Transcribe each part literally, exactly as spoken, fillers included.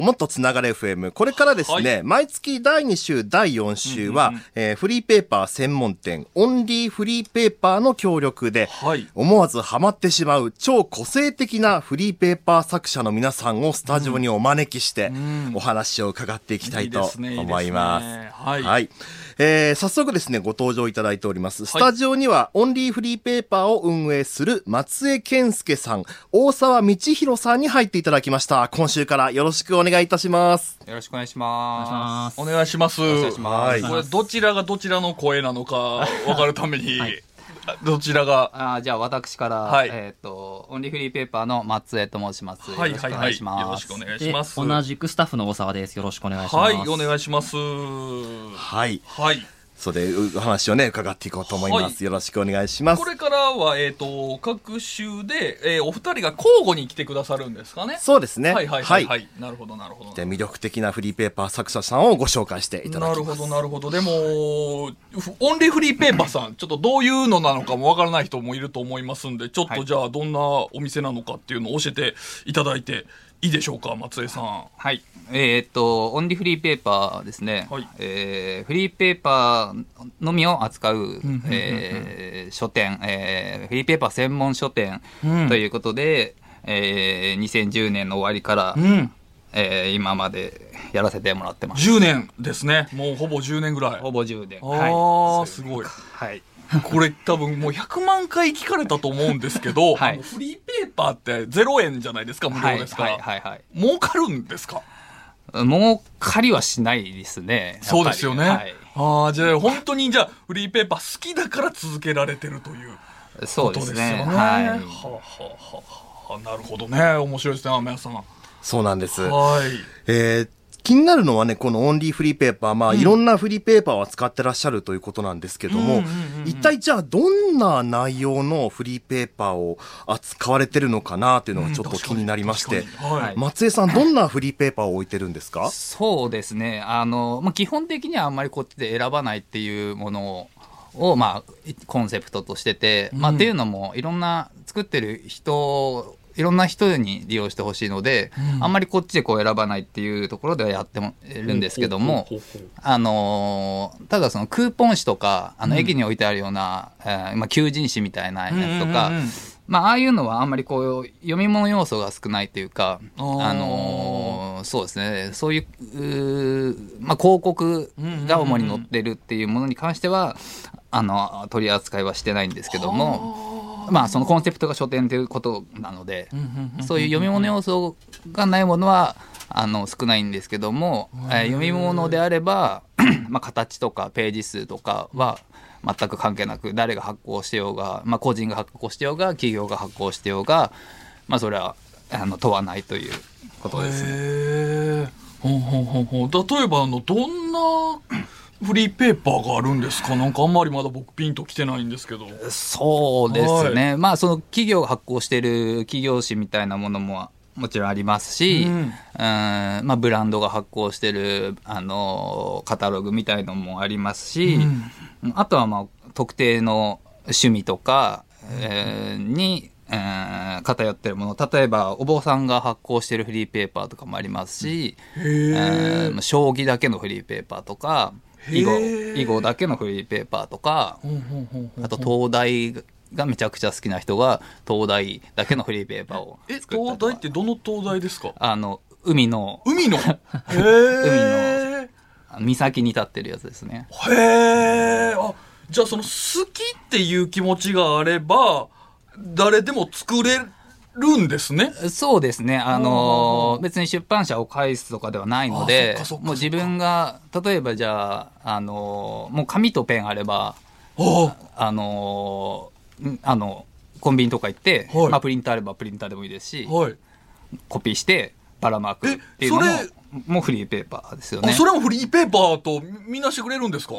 もっとつながれ エフエム。これからですね、はい、毎月だいに週、だいよん週は、うんうんうんえー、フリーペーパー専門店、オンリーフリーペーパーの協力で、はい、思わずハマってしまう超個性的なフリーペーパー作者の皆さんをスタジオにお招きして、うん、お話を伺っていきたいと思います。いいですね、いいですね。はい。はいえー、早速ですねご登場いただいております。スタジオにはオンリーフリーペーパーを運営する松江健介さん、大沢道弘さんに入っていただきました。今週からよろしくお願いいたします。 よろしくお願いします。 お願いします。 お願いします。 これどちらがどちらの声なのか分かるために、はい、どちらがあじゃあ私から、はいえー、とオンリーフリーペーパーの松江と申します。 はいはいはい、よろしくお願いします。 同じくスタッフの大沢です。よろしくお願いします。 はいお願いします。 はいはいそれでお話をね伺っていこうと思います、はい、よろしくお願いします。 これからは、えー、と各週で、えー、お二人が交互に来てくださるんですかね。 そうですね。 はいはいはい、はい、なるほどなるほど。 で魅力的なフリーペーパー作者さんをご紹介していただきます。 なるほどなるほど。でもオンリーフリーペーパーさんちょっとどういうのなのかもわからない人もいると思いますんで、ちょっとじゃあどんなお店なのかっていうのを教えていただいていいでしょうか、松江さん。 はい、えー、っとオンリーフリーペーパーですね、はいえー、フリーペーパーのみを扱う、えー、書店、えー、フリーペーパー専門書店ということで、うんえー、にせんじゅうねんの終わりから、うんえー、今までやらせてもらってます。 じゅうねんですね。もうほぼじゅうねんぐらい。 ほぼじゅうねん。 ああ、はい、すごい。 はいこれ多分もうひゃくまんかい聞かれたと思うんですけど、はい、あのフリーペーパーってゼロえんじゃないですか、無料ですから、はいはいはいはい、儲かるんですか？ 儲かりはしないですね。 そうですよね、はい、あじゃあ本当にじゃあフリーペーパー好きだから続けられてるということですよね。そうですね、はい、はあ、はあはあ、なるほどね。面白いですね、皆さん。 そうなんです。 はい、 えー気になるのはね、このオンリーフリーペーパー、まあ、うん、いろんなフリーペーパーを扱ってらっしゃるということなんですけども、うんうんうんうん、一体じゃあどんな内容のフリーペーパーを扱われてるのかなというのがちょっと気になりまして、うんはい、松江さんどんなフリーペーパーを置いてるんですか？ そうですね、あの、まあ、基本的にはあんまりこっちで選ばないっていうものを、まあ、コンセプトとしてて、まあ、っていうのもいろんな作ってる人いろんな人に利用してほしいので、うん、あんまりこっちでこう選ばないっていうところではやってもるんですけども、あのー、ただそのクーポン紙とかあの駅に置いてあるような、うんえーまあ、求人誌みたいなやつとか、うんうんうんまあ、ああいうのはあんまりこう読み物要素が少ないというか、あのー、そうですね、そういう、う、まあ、広告が主に載ってるっていうものに関してはあの取り扱いはしてないんですけども、まあ、そのコンセプトが書店ということなので、そういう読み物要素がないものはあの少ないんですけども、えー、読み物であれば、まあ、形とかページ数とかは全く関係なく、誰が発行してようが、まあ、個人が発行してようが企業が発行してようが、まあ、それはあの問わないということですね。 へー、ほんほんほんほん。例えばあのどんなフリーペーパーがあるんですか？なんかあんまりまだ僕ピンと来てないんですけど。 そうですね、はい、まあその企業が発行している企業誌みたいなものももちろんありますし、うんうんまあ、ブランドが発行しているあのカタログみたいのもありますし、うん、あとはまあ特定の趣味とか、えー、に、えー、偏っているもの、例えばお坊さんが発行しているフリーペーパーとかもありますし、えー、将棋だけのフリーペーパーとか囲碁、囲碁だけのフリーペーパーとか、あと東大がめちゃくちゃ好きな人が東大だけのフリーペーパーを作ったりとか。 え、東大ってどの東大ですか？ あの海の海のへ海の岬に立ってるやつですね。 へえ。あ、じゃあその好きっていう気持ちがあれば誰でも作れるんですね。 そうですね、あのー、別に出版社を介すとかではないので、もう自分が例えばじゃあ、あのー、もう紙とペンあれば、あ、あのー、あのコンビニとか行って、はいまあ、プリンターあればプリンターでもいいですし、はい、コピーしてバラマークっていうのももうフリーペーパーですよね。 あ、それもフリーペーパーとみんなしてくれるんですか？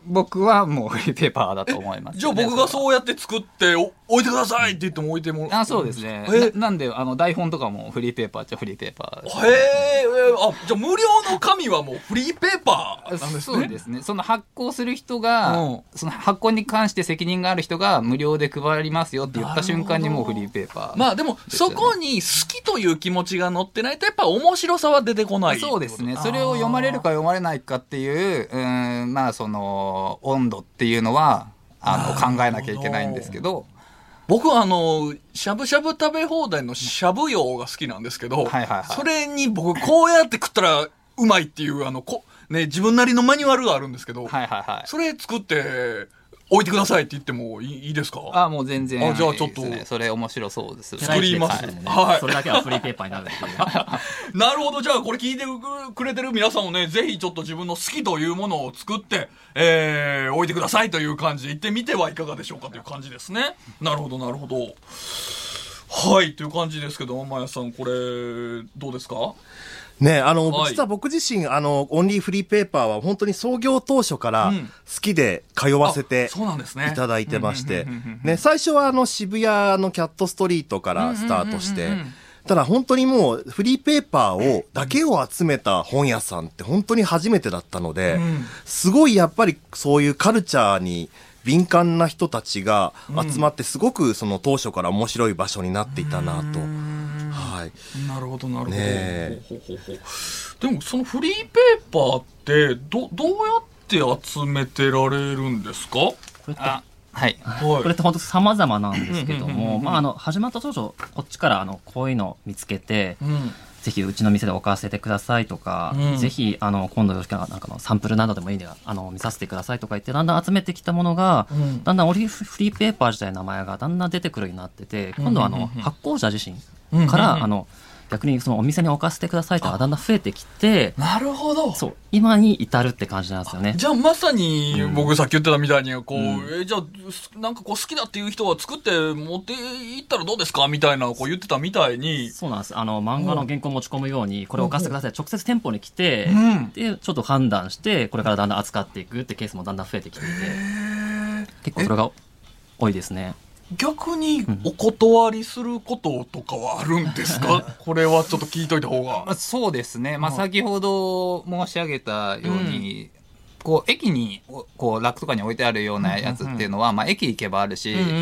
僕はもうフリーペーパーだと思います、ね、 じゃあ僕がそうやって作ってお置いてくださいって言っても置いてもあそうですねな, なんであの台本とかもフリーペーパーっちゃフリーペーパーへえあじゃあ無料の紙はもうフリーペーパーなんですねそうですねその発行する人が、うん、その発行に関して責任がある人が無料で配りますよって言った瞬間にもうフリーペーパー、ね、 まあでもそこに好きという気持ちが乗ってないとやっぱ面白さは出てこないそうですねそれを読まれるか読まれないかっていううんまあその温度っていうのはあの考えなきゃいけないんですけど僕はあのしゃぶしゃぶ食べ放題のしゃぶ用が好きなんですけど、はいはいはい、それに僕こうやって食ったらうまいっていうあのこ、ね、自分なりのマニュアルがあるんですけど、はいはいはい、それ作って置いてくださいって言ってもいい、いいですか？ あもう全然あじゃあちょっとそれ面白そうです作ります、 ねはい、それだけはフリーペーパーになるっていうなるほどじゃあこれ聞いてくれてる皆さんもねぜひちょっと自分の好きというものを作って、えー、置いてくださいという感じで言ってみてはいかがでしょうかという感じですねなるほどなるほどはいという感じですけどまやさんこれどうですかね、あの、はい、実は僕自身あのオンリーフリーペーパーは本当に創業当初から好きで通わせていただいてましてね最初はあの渋谷のキャットストリートからスタートしてただ本当にもうフリーペーパーをだけを集めた本屋さんって本当に初めてだったので、うん、すごいやっぱりそういうカルチャーに敏感な人たちが集まってすごくその当初から面白い場所になっていたなと。はい、 なるほどなるほど、ね、ほほほほでもそのフリーペーパーってど, どうやって集めてられるんですか？これってあはい、これって本当様々なんですけども、まああの始まった当初こっちからあのこういうのを見つけて、うん、ぜひうちの店で置かせてくださいとか、うん、ぜひあの今度よろしければなんかのサンプルなどでもいいんであの見させてくださいとか言ってだんだん集めてきたものが、うん、だんだんオリフリーペーパー自体の名前がだんだん出てくるようになってて今度はあの発行者自身から、うんうんうん、あの逆にそのお店に置かせてくださいってだんだん増えてきてなるほどそう今に至るって感じなんですよね。 じゃあまさに僕さっき言ってたみたいにこう、うん、えじゃあなんかこう好きだっていう人は作って持っていったらどうですかみたいなこう言ってたみたいにそうなんですあの漫画の原稿持ち込むようにこれ置かせてください直接店舗に来て、うん、でちょっと判断してこれからだんだん扱っていくってケースもだんだん増えてきていて結構それが多いですね。 逆にお断りすることとかはあるんですか？これはちょっと聞いといた方が。 そうですね、まあ、先ほど申し上げたように、うん、こう駅にこうラックとかに置いてあるようなやつっていうのは、うんうんうんまあ、駅行けばあるし、うんうんうんうん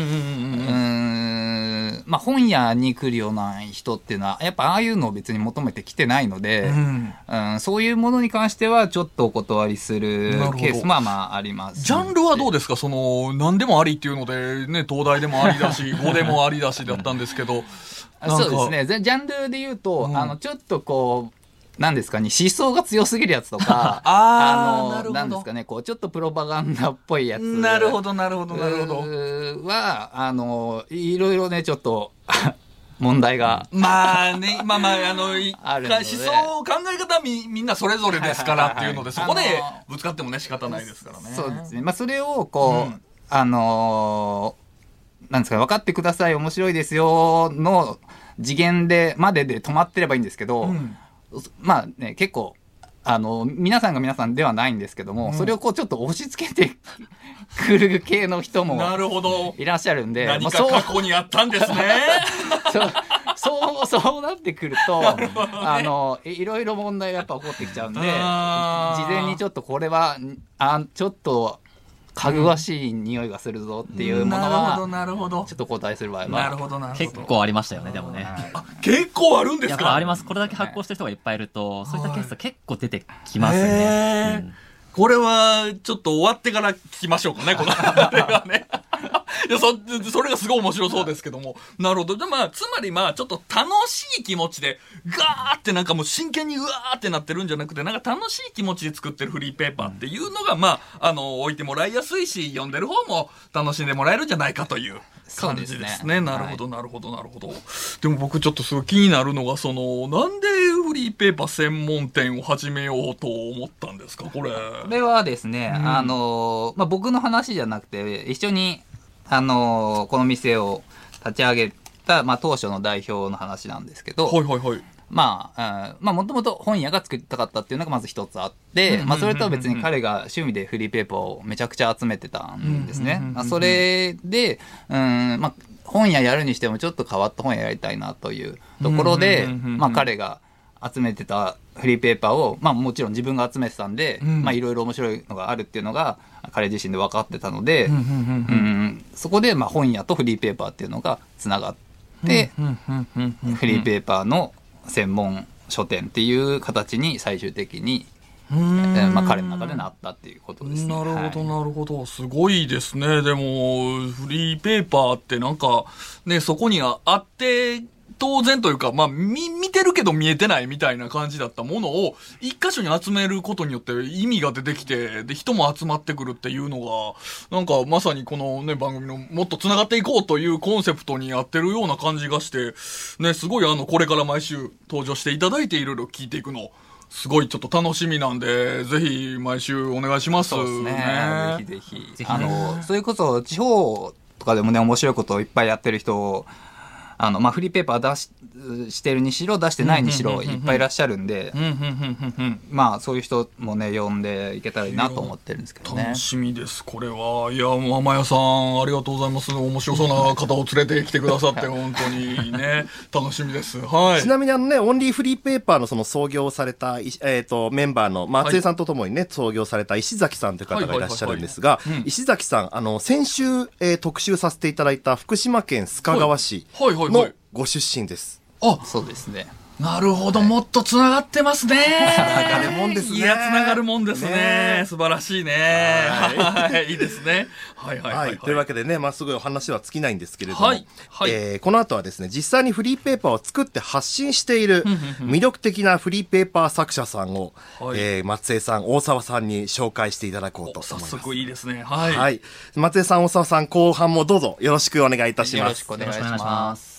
、まあ、本屋に来るような人っていうのはやっぱああいうのを別に求めてきてないので、うんうん、そういうものに関してはちょっとお断りするケースまあまああります。 ジャンルはどうですか？その何でもありっていうので、ね、東大でもありだし語でもありだしだったんですけどそうですねジャンルで言うと、うん、あのちょっとこうなんですかね思想が強すぎるやつとかあのなんですかねこうちょっとプロパガンダっぽいやつなるほどなるほどなるほどはあのいろいろねちょっと問題がまあねまあまああのあるので思想考え方は み, みんなそれぞれですからっていうのでそこでぶつかってもね仕方ないですからね。 そうですね、まあ、それをこう、うん、あのなんですか分かってください面白いですよの次元でまでで止まってればいいんですけど、うんまあね結構あの皆さんが皆さんではないんですけども、うん、それをこうちょっと押し付けてくる系の人もいらっしゃるんで何か過去にあったんですね。 そうそうそうなってくるとる、ね、あのいろいろ問題がやっぱ起こってきちゃうんで事前にちょっとこれはあちょっとかぐわしい匂いがするぞっていうものはちょっと交代する場合は結構ありましたよね。でもねあ結構あるんですか？ やっぱあります。これだけ発行してる人がいっぱいいるとそういったケースは結構出てきますよね、うん、 これはちょっと終わってから聞きましょうかねこのあれはねいや そ, それがすごい面白そうですけどもなるほど。で、まあ、つまりまあちょっと楽しい気持ちでガーってなんかもう真剣にうわーってなってるんじゃなくてなんか楽しい気持ちで作ってるフリーペーパーっていうのが、まあ、あの置いてもらいやすいし読んでる方も楽しんでもらえるんじゃないかという感じですね。ですねなるほどなるほどなるほど。でも僕ちょっとすごい気になるのがそのなんでフリーペーパー専門店を始めようと思ったんですか？これこれはですね、うん、あのまあ、僕の話じゃなくて一緒にあのこの店を立ち上げた、まあ、当初の代表の話なんですけど、 はいはいはい、 まあ、まあ、もともと本屋が作りたかったっていうのがまず一つあって、まあ、それとは別に彼が趣味でフリーペーパーをめちゃくちゃ集めてたんですね。それで、うん、まあ、本屋やるにしてもちょっと変わった本屋やりたいなというところで、まあ、彼が集めてたフリーペーパーを、まあ、もちろん自分が集めてたんで、まあ、いろいろ面白いのがあるっていうのが彼自身で分かってたので、うん、そこでまあ本屋とフリーペーパーっていうのがつながって、フリーペーパーの専門書店っていう形に最終的に、まあ、彼の中でなったっていうことですね。 なるほど、なるほど。すごいですね。でもフリーペーパーってなんかね、そこにあって当然というか、まあ、見、見てるけど見えてないみたいな感じだったものを一箇所に集めることによって意味が出てきて、で、人も集まってくるっていうのが、なんかまさにこのね、番組のもっと繋がっていこうというコンセプトに合ってるような感じがして、ね、すごいあの、これから毎週登場していただいていろいろ聞いていくの、すごいちょっと楽しみなんで、ぜひ毎週お願いします。 そうですね。ね、ぜひぜひ。ぜひね、あの、それこそ地方とかでもね、面白いことをいっぱいやってる人を、あの、まあ、フリーペーパー出し、してるにしろ、出してないにしろ、いっぱいいらっしゃるんで、まあ、そういう人もね、呼んでいけたらいいなと思ってるんですけどね。 楽しみです、これは。いや、もう、天谷さん、ありがとうございます。面白そうな方を連れてきてくださって、本当にね、楽しみです。はい。 ちなみにあのね、オンリーフリーペーパーのその創業された、えっと、メンバーの松江さんとともにね、創業された石崎さんという方がいらっしゃるんですが、石崎さん、あの、先週、えー、特集させていただいた福島県須賀川市のご出身です。 あ、そうですね。 なるほど、はい、もっとつながってますね。 つながるもんですね。 いや、つながるもんですね。ね、素晴らしいね。はい、はい、いいですね。はいはいはい、はい。 というわけでね、まあ、すごいお話は尽きないんですけれども、 はいはい、 えー、この後はですね、実際にフリーペーパーを作って発信している魅力的なフリーペーパー作者さんを、はい、えー、松江さん、大沢さんに紹介していただこうと思います。 早速いいですね。はい。 はい。松江さん、大沢さん、後半もどうぞよろしくお願いいたします。よろしくお願いします。